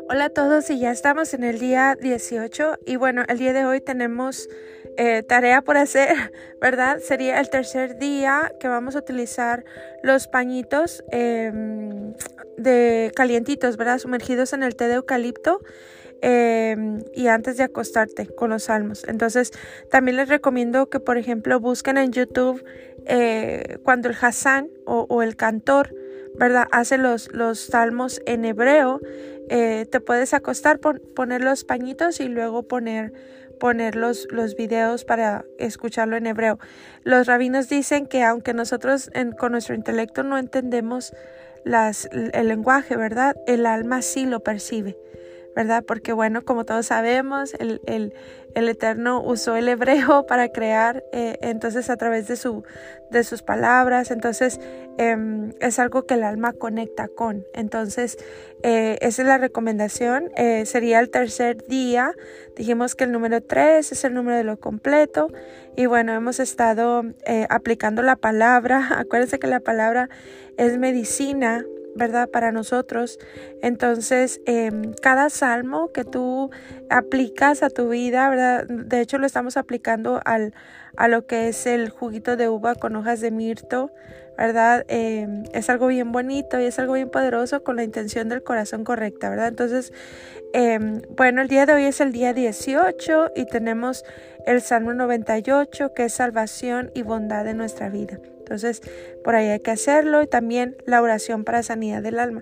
Hola a todos y ya estamos en el día 18 y bueno, el día de hoy tenemos tarea por hacer, ¿verdad? Sería el tercer día que vamos a utilizar los pañitos de calientitos, ¿verdad? Sumergidos en el té de eucalipto. Y antes de acostarte con los salmos. Entonces también les recomiendo que, por ejemplo, busquen en YouTube cuando el Hassan o el cantor, ¿verdad?, hace los salmos en hebreo. Te puedes acostar, poner los pañitos y luego poner los videos para escucharlo en hebreo. Los rabinos dicen que aunque nosotros con nuestro intelecto no entendemos el lenguaje, ¿verdad?, el alma sí lo percibe, ¿verdad? Porque bueno, como todos sabemos, el Eterno usó el hebreo para crear, entonces a través de sus palabras, entonces es algo que el alma conecta con. Entonces esa es la recomendación. Sería el tercer día. Dijimos que el número 3 es el número de lo completo y bueno, hemos estado aplicando la palabra. Acuérdense que la palabra es medicina, ¿verdad?, para nosotros. Entonces cada salmo que tú aplicas a tu vida, ¿verdad?, de hecho lo estamos aplicando a lo que es el juguito de uva con hojas de mirto, ¿verdad? Es algo bien bonito y es algo bien poderoso con la intención del corazón correcta, ¿verdad? Entonces bueno, el día de hoy es el día 18 y tenemos el Salmo 98, que es salvación y bondad en nuestra vida. Entonces, por ahí hay que hacerlo, y también la oración para sanidad del alma.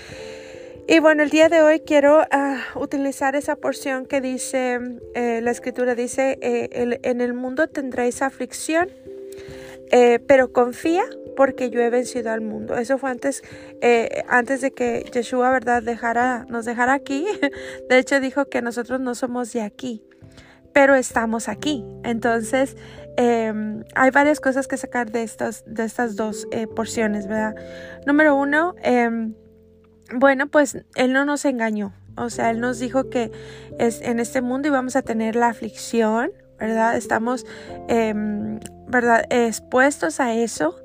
Y bueno, el día de hoy quiero utilizar esa porción que dice, la escritura dice, en el mundo tendréis aflicción, pero confía porque yo he vencido al mundo. Eso fue antes de que Yeshua, ¿verdad?, nos dejara aquí. De hecho, dijo que nosotros no somos de aquí, pero estamos aquí. Entonces hay varias cosas que sacar de estas dos porciones, ¿verdad? Número 1, bueno, pues Él no nos engañó. O sea, Él nos dijo que en este mundo íbamos a tener la aflicción, ¿verdad? Estamos, ¿verdad?, expuestos a eso.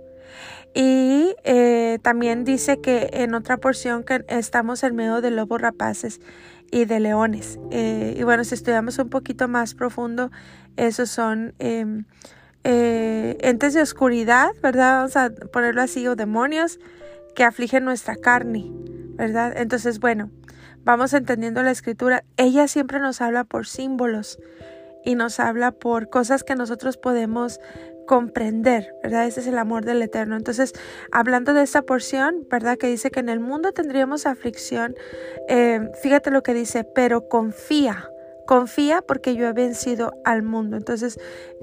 Y también dice que en otra porción que estamos en medio de lobos rapaces y de leones. Y bueno, si estudiamos un poquito más profundo, esos son entes de oscuridad, ¿verdad? Vamos a ponerlo así, o demonios que afligen nuestra carne, ¿verdad? Entonces, bueno, vamos entendiendo la escritura. Ella siempre nos habla por símbolos y nos habla por cosas que nosotros podemos comprender, ¿verdad? Ese es el amor del Eterno. Entonces, hablando de esta porción, ¿verdad?, que dice que en el mundo tendríamos aflicción, fíjate lo que dice, pero confía porque yo he vencido al mundo. Entonces,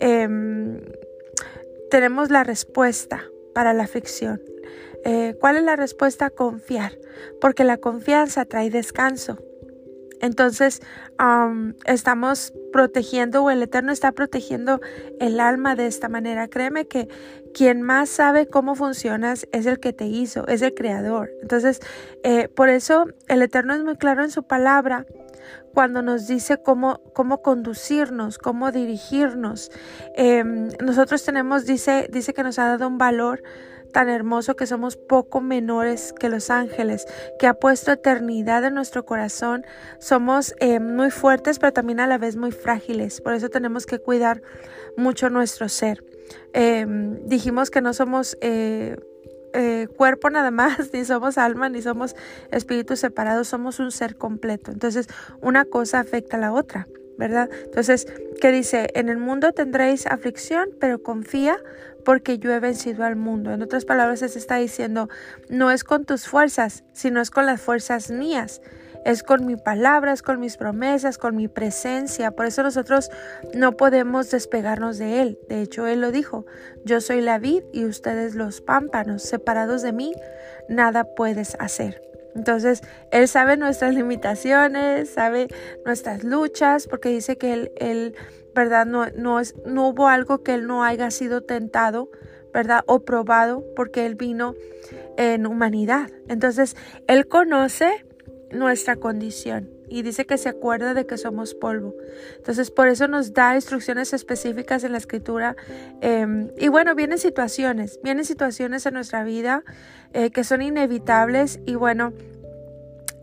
tenemos la respuesta para la aflicción. ¿Cuál es la respuesta? Confiar, porque la confianza trae descanso. Entonces estamos protegiendo, o el Eterno está protegiendo el alma de esta manera. Créeme que quien más sabe cómo funcionas es el que te hizo, es el Creador. Entonces por eso el Eterno es muy claro en su palabra cuando nos dice cómo conducirnos, cómo dirigirnos. Nosotros tenemos, dice que nos ha dado un valor tan hermoso, que somos poco menores que los ángeles, que ha puesto eternidad en nuestro corazón. Somos muy fuertes, pero también a la vez muy frágiles. Por eso tenemos que cuidar mucho nuestro ser. Dijimos que no somos cuerpo nada más, ni somos alma, ni somos espíritus separados, somos un ser completo. Entonces, una cosa afecta a la otra, ¿verdad? Entonces, ¿qué dice? En el mundo tendréis aflicción, pero confía porque yo he vencido al mundo. En otras palabras, se está diciendo, no es con tus fuerzas, sino es con las fuerzas mías. Es con mi palabra, es con mis promesas, con mi presencia. Por eso nosotros no podemos despegarnos de Él. De hecho, Él lo dijo, yo soy la vid y ustedes los pámpanos. Separados de mí, nada puedes hacer. Entonces, Él sabe nuestras limitaciones, sabe nuestras luchas, porque dice que Él ¿verdad? No hubo algo que Él no haya sido tentado, ¿verdad?, o probado, porque Él vino en humanidad. Entonces, Él conoce nuestra condición y dice que se acuerda de que somos polvo. Entonces, por eso nos da instrucciones específicas en la escritura. Y bueno, vienen situaciones en nuestra vida que son inevitables, y bueno,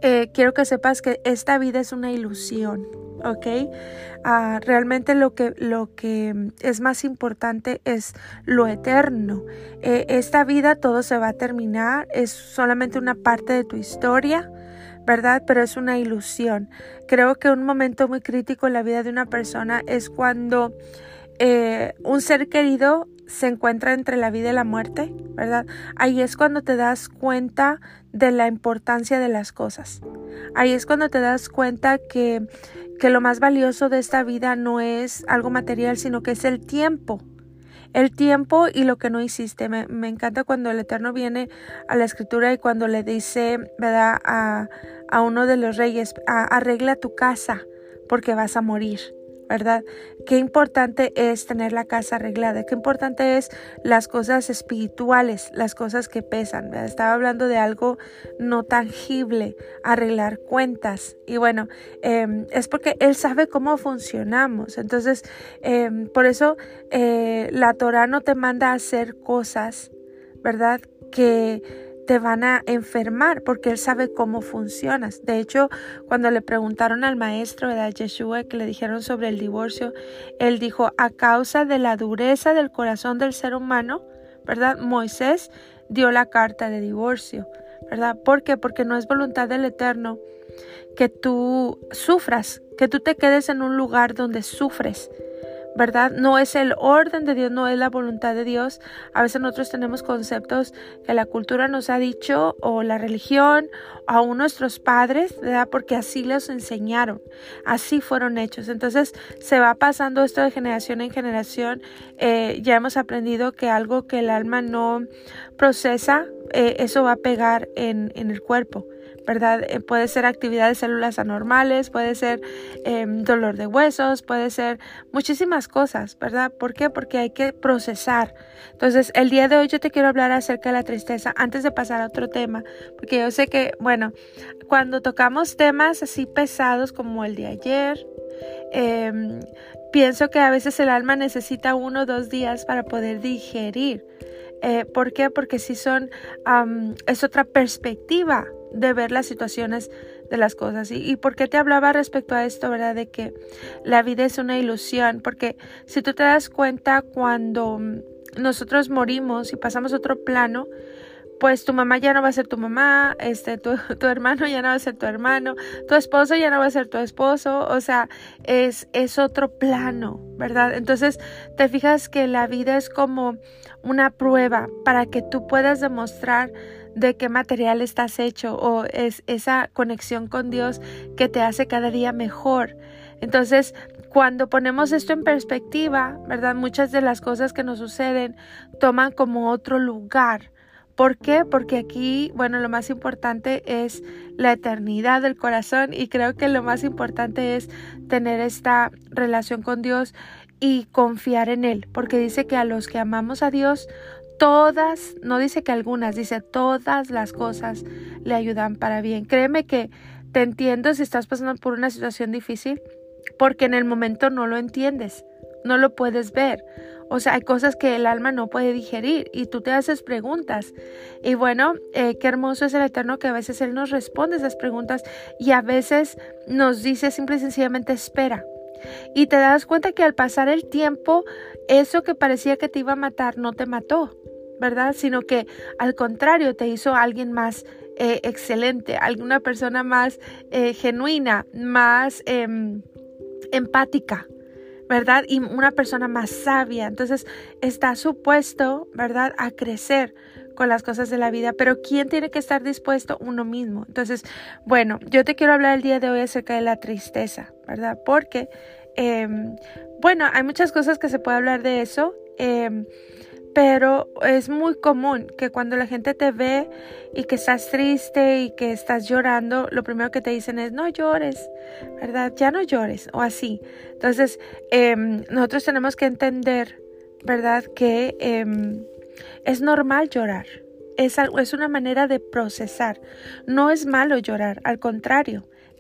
quiero que sepas que esta vida es una ilusión, ¿ok? Realmente lo que es más importante es lo eterno. Esta vida todo se va a terminar, es solamente una parte de tu historia, ¿verdad? Pero es una ilusión. Creo que un momento muy crítico en la vida de una persona es cuando un ser querido se encuentra entre la vida y la muerte, ¿verdad? Ahí es cuando te das cuenta de la importancia de las cosas. Ahí es cuando te das cuenta que lo más valioso de esta vida no es algo material, sino que es el tiempo. El tiempo y lo que no hiciste. Me encanta cuando el Eterno viene a la Escritura y cuando le dice, ¿verdad?, a uno de los reyes, arregla tu casa porque vas a morir, ¿verdad? Qué importante es tener la casa arreglada, qué importante es las cosas espirituales, las cosas que pesan, ¿verdad? Estaba hablando de algo no tangible, arreglar cuentas. Y bueno, es porque Él sabe cómo funcionamos. Entonces, por eso la Torah no te manda a hacer cosas, ¿verdad?, que te van a enfermar, porque Él sabe cómo funcionas. De hecho, cuando le preguntaron al maestro, ¿verdad?, Yeshua, que le dijeron sobre el divorcio, Él dijo, a causa de la dureza del corazón del ser humano, ¿verdad?, Moisés dio la carta de divorcio, ¿verdad? ¿Por qué? Porque no es voluntad del Eterno que tú sufras, que tú te quedes en un lugar donde sufres, ¿verdad? No es el orden de Dios, no es la voluntad de Dios. A veces nosotros tenemos conceptos que la cultura nos ha dicho, o la religión, o aún nuestros padres, ¿verdad?, porque así los enseñaron, así fueron hechos. Entonces se va pasando esto de generación en generación. Ya hemos aprendido que algo que el alma no procesa, eso va a pegar en el cuerpo, ¿verdad? Puede ser actividad de células anormales, puede ser dolor de huesos, puede ser muchísimas cosas, ¿verdad? ¿Por qué? Porque hay que procesar. Entonces, el día de hoy yo te quiero hablar acerca de la tristeza antes de pasar a otro tema, porque yo sé que, bueno, cuando tocamos temas así pesados como el de ayer, pienso que a veces el alma necesita 1 o 2 días para poder digerir. ¿Por qué? Porque sí es otra perspectiva de ver las situaciones de las cosas. ¿Y por qué te hablaba respecto a esto, verdad? De que la vida es una ilusión. Porque si tú te das cuenta, cuando nosotros morimos y pasamos a otro plano, pues tu mamá ya no va a ser tu mamá, tu hermano ya no va a ser tu hermano, tu esposo ya no va a ser tu esposo, o sea, es otro plano, ¿verdad? Entonces, te fijas que la vida es como una prueba para que tú puedas demostrar de qué material estás hecho, o es esa conexión con Dios que te hace cada día mejor. Entonces, cuando ponemos esto en perspectiva, ¿verdad?, muchas de las cosas que nos suceden toman como otro lugar. ¿Por qué? Porque aquí, bueno, lo más importante es la eternidad del corazón, y creo que lo más importante es tener esta relación con Dios y confiar en Él, porque dice que a los que amamos a Dios, todas, no dice que algunas, dice todas las cosas le ayudan para bien. Créeme que te entiendo si estás pasando por una situación difícil, porque en el momento no lo entiendes, no lo puedes ver. O sea, hay cosas que el alma no puede digerir y tú te haces preguntas. Y bueno, qué hermoso es el Eterno, que a veces Él nos responde esas preguntas y a veces nos dice simple y sencillamente espera. Y te das cuenta que al pasar el tiempo, eso que parecía que te iba a matar no te mató, ¿verdad? Sino que al contrario te hizo alguien más excelente, alguna persona más genuina, más empática, ¿verdad? Y una persona más sabia. Entonces está supuesto, ¿verdad?, a crecer con las cosas de la vida. Pero ¿quién tiene que estar dispuesto? Uno mismo. Entonces, bueno, yo te quiero hablar el día de hoy acerca de la tristeza, ¿verdad? Porque, bueno, hay muchas cosas que se puede hablar de eso, pero es muy común que cuando la gente te ve y que estás triste y que estás llorando, lo primero que te dicen es no llores, ¿verdad? Ya no llores, o así. Entonces, nosotros tenemos que entender, ¿verdad?, que es normal llorar. Es una manera de procesar. No es malo llorar, al contrario,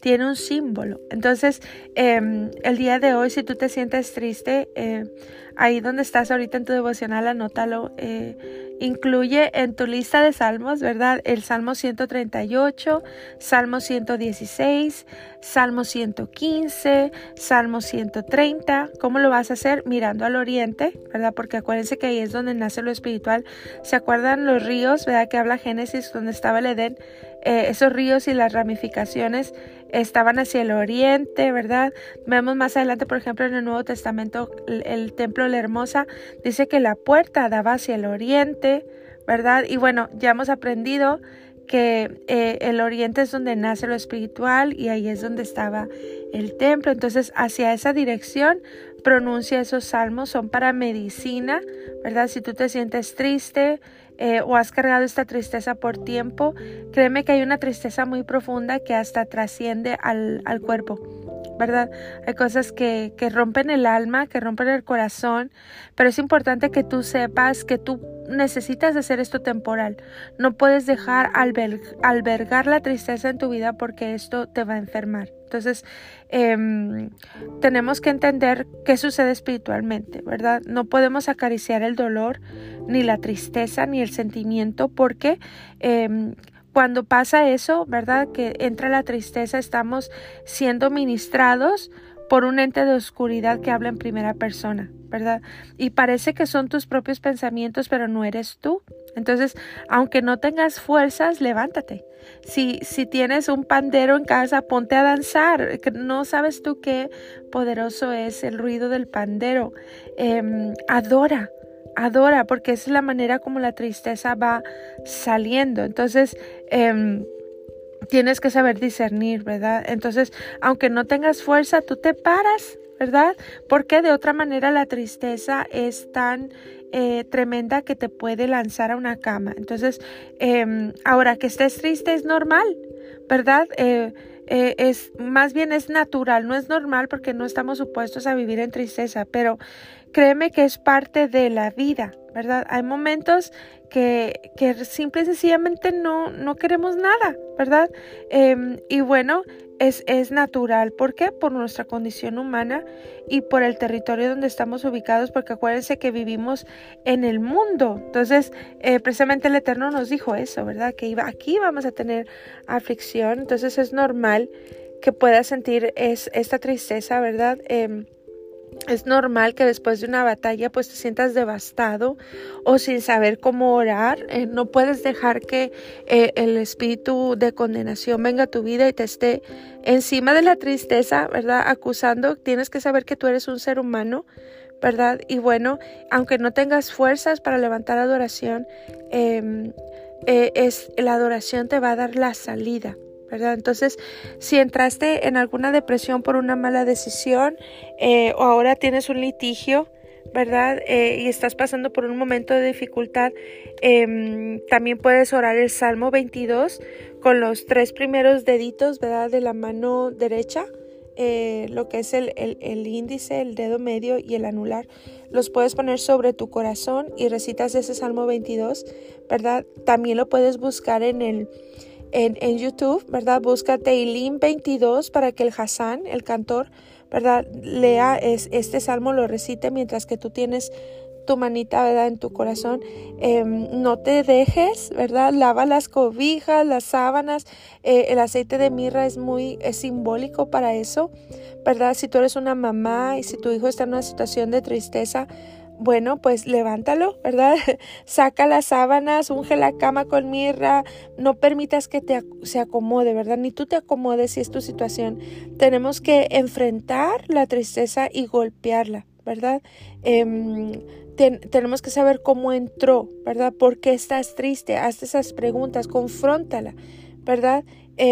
tiene un símbolo. Entonces, el día de hoy, si tú te sientes triste, ahí donde estás ahorita en tu devocional, anótalo. Incluye en tu lista de salmos, ¿verdad? El Salmo 138, Salmo 116, Salmo 115, Salmo 130. ¿Cómo lo vas a hacer? Mirando al oriente, ¿verdad? Porque acuérdense que ahí es donde nace lo espiritual. ¿Se acuerdan los ríos, verdad? Que habla Génesis, donde estaba el Edén. Esos ríos y las ramificaciones estaban hacia el oriente, ¿verdad? Vemos más adelante, por ejemplo, en el Nuevo Testamento, el templo de la Hermosa, dice que la puerta daba hacia el oriente, ¿verdad? Y bueno, ya hemos aprendido que el oriente es donde nace lo espiritual y ahí es donde estaba el templo. Entonces, hacia esa dirección pronuncia esos salmos, son para medicina, ¿verdad? Si tú te sientes triste, o has cargado esta tristeza por tiempo, créeme que hay una tristeza muy profunda que hasta trasciende al cuerpo, ¿verdad? Hay cosas que rompen el alma, que rompen el corazón, pero es importante que tú sepas que tú necesitas hacer esto temporal. No puedes dejar albergar la tristeza en tu vida porque esto te va a enfermar. Entonces, tenemos que entender qué sucede espiritualmente, ¿verdad? No podemos acariciar el dolor, ni la tristeza, ni el sentimiento, porque cuando pasa eso, ¿verdad? Que entra la tristeza, estamos siendo ministrados por un ente de oscuridad que habla en primera persona, ¿verdad? Y parece que son tus propios pensamientos, pero no eres tú. Entonces, aunque no tengas fuerzas, levántate. Si tienes un pandero en casa, ponte a danzar. No sabes tú qué poderoso es el ruido del pandero. Adora, porque esa es la manera como la tristeza va saliendo. Entonces, tienes que saber discernir, ¿verdad? Entonces, aunque no tengas fuerza, tú te paras, ¿verdad? Porque de otra manera la tristeza es tan tremenda que te puede lanzar a una cama. Entonces, ahora que estés triste es normal, ¿verdad? Más bien es natural, no es normal porque no estamos supuestos a vivir en tristeza, pero créeme que es parte de la vida, ¿verdad? Hay momentos que simple y sencillamente no queremos nada, ¿verdad? Y bueno, es natural. ¿Por qué? Por nuestra condición humana y por el territorio donde estamos ubicados, porque acuérdense que vivimos en el mundo. Entonces, precisamente el Eterno nos dijo eso, ¿verdad? Que aquí vamos a tener aflicción. Entonces, es normal que puedas sentir esta tristeza, ¿verdad? Es normal que después de una batalla pues te sientas devastado o sin saber cómo orar. No puedes dejar que el espíritu de condenación venga a tu vida y te esté encima de la tristeza, ¿verdad? Acusando. Tienes que saber que tú eres un ser humano, ¿verdad? Y bueno, aunque no tengas fuerzas para levantar adoración, la adoración te va a dar la salida, ¿verdad? Entonces, si entraste en alguna depresión por una mala decisión o ahora tienes un litigio, ¿verdad? Y estás pasando por un momento de dificultad, también puedes orar el Salmo 22 con los 3 primeros deditos, ¿verdad? De la mano derecha, lo que es el índice, el dedo medio y el anular. Los puedes poner sobre tu corazón y recitas ese Salmo 22, ¿verdad? También lo puedes buscar en YouTube, ¿verdad? Busca Teilim 22 para que el Hasán, el cantor, ¿verdad? Lea este salmo, lo recite mientras que tú tienes tu manita, ¿verdad? En tu corazón. No te dejes, ¿verdad? Lava las cobijas, las sábanas. El aceite de mirra es simbólico para eso, ¿verdad? Si tú eres una mamá y si tu hijo está en una situación de tristeza, bueno, pues levántalo, ¿verdad? Saca las sábanas, unge la cama con mirra, no permitas que se acomode, ¿verdad? Ni tú te acomodes si es tu situación. Tenemos que enfrentar la tristeza y golpearla, ¿verdad? Tenemos que saber cómo entró, ¿verdad? ¿Por qué estás triste? Haz esas preguntas, confróntala, ¿verdad?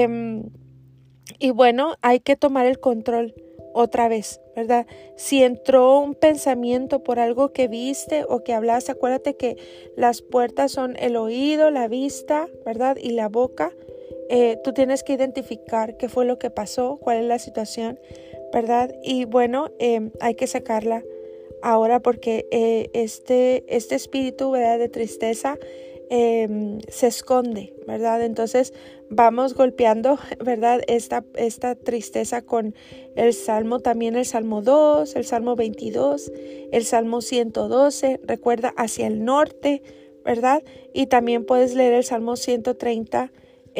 Y bueno, hay que tomar el control otra vez, ¿verdad? Si entró un pensamiento por algo que viste o que hablaste, acuérdate que las puertas son el oído, la vista, ¿verdad? Y la boca. Tú tienes que identificar qué fue lo que pasó, cuál es la situación, ¿verdad? Y bueno, hay que sacarla ahora porque este espíritu, ¿verdad? De tristeza se esconde, ¿verdad? Entonces vamos golpeando, ¿verdad? Esta tristeza con el Salmo, también el Salmo 2, el Salmo 22, el Salmo 112, recuerda, hacia el norte, ¿verdad? Y también puedes leer el Salmo 130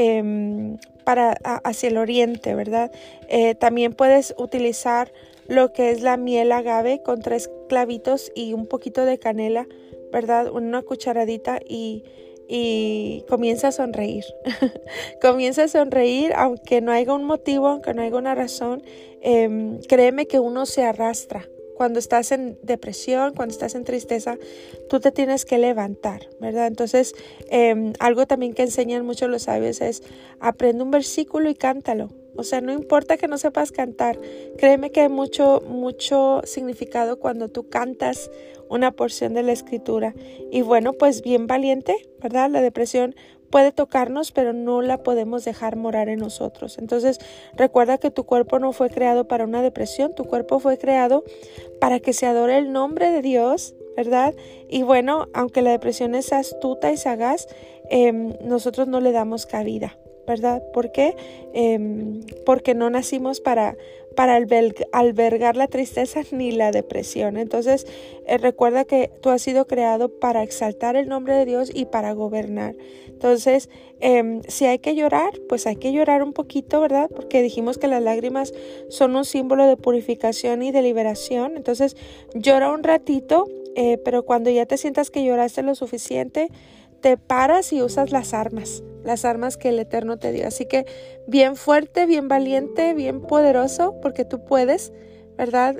hacia el oriente, ¿verdad? También puedes utilizar lo que es la miel agave con 3 clavitos y un poquito de canela, ¿verdad? Una cucharadita y comienza a sonreír. Comienza a sonreír aunque no haya un motivo, aunque no haya una razón. Créeme que uno se arrastra. Cuando estás en depresión, cuando estás en tristeza, tú te tienes que levantar, ¿verdad? Entonces, algo también que enseñan mucho los sabios es aprende un versículo y cántalo. O sea, no importa que no sepas cantar. Créeme que hay mucho significado cuando tú cantas una porción de la escritura. Y bueno, pues bien valiente, ¿verdad? La depresión puede tocarnos, pero no la podemos dejar morar en nosotros. Entonces, recuerda que tu cuerpo no fue creado para una depresión. Tu cuerpo fue creado para que se adore el nombre de Dios, ¿verdad? Y bueno, aunque la depresión es astuta y sagaz, nosotros no le damos cabida, ¿verdad? ¿Por qué? Porque no nacimos para albergar la tristeza ni la depresión. Entonces, recuerda que tú has sido creado para exaltar el nombre de Dios y para gobernar. Entonces, si hay que llorar, pues hay que llorar un poquito, ¿verdad? Porque dijimos que las lágrimas son un símbolo de purificación y de liberación. Entonces, llora un ratito, pero cuando ya te sientas que lloraste lo suficiente, te paras y usas las armas que el Eterno te dio. Así que bien fuerte, bien valiente, bien poderoso, porque tú puedes, ¿verdad?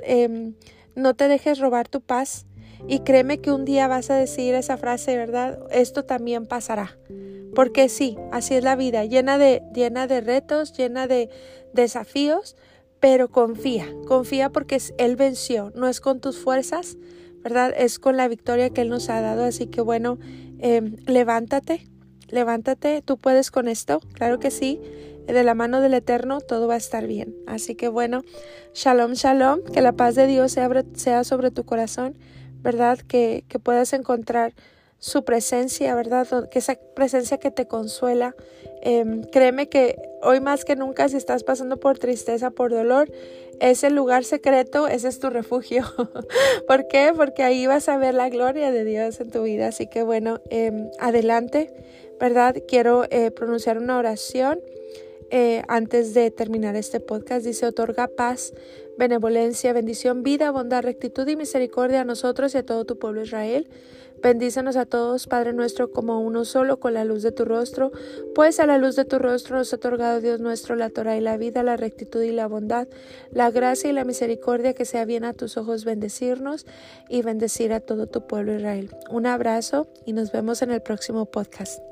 No te dejes robar tu paz y créeme que un día vas a decir esa frase, ¿verdad? Esto también pasará. Porque sí, así es la vida, llena de retos, llena de desafíos, pero confía porque Él venció, no es con tus fuerzas, ¿verdad? Es con la victoria que Él nos ha dado. Así que bueno, levántate, tú puedes con esto, claro que sí, de la mano del Eterno todo va a estar bien. Así que bueno, shalom, shalom, que la paz de Dios sea sobre tu corazón, ¿verdad? Que puedas encontrar su presencia, ¿verdad? Que esa presencia que te consuela. Créeme que hoy más que nunca, si estás pasando por tristeza, por dolor, ese lugar secreto, ese es tu refugio. ¿Por qué? Porque ahí vas a ver la gloria de Dios en tu vida. Así que bueno, adelante, ¿verdad? Quiero pronunciar una oración antes de terminar este podcast. Dice: otorga paz, benevolencia, bendición, vida, bondad, rectitud y misericordia a nosotros y a todo tu pueblo Israel. Bendícenos a todos, Padre nuestro, como uno solo, con la luz de tu rostro, pues a la luz de tu rostro nos ha otorgado Dios nuestro la Torah y la vida, la rectitud y la bondad, la gracia y la misericordia, que sea bien a tus ojos bendecirnos y bendecir a todo tu pueblo Israel. Un abrazo y nos vemos en el próximo podcast.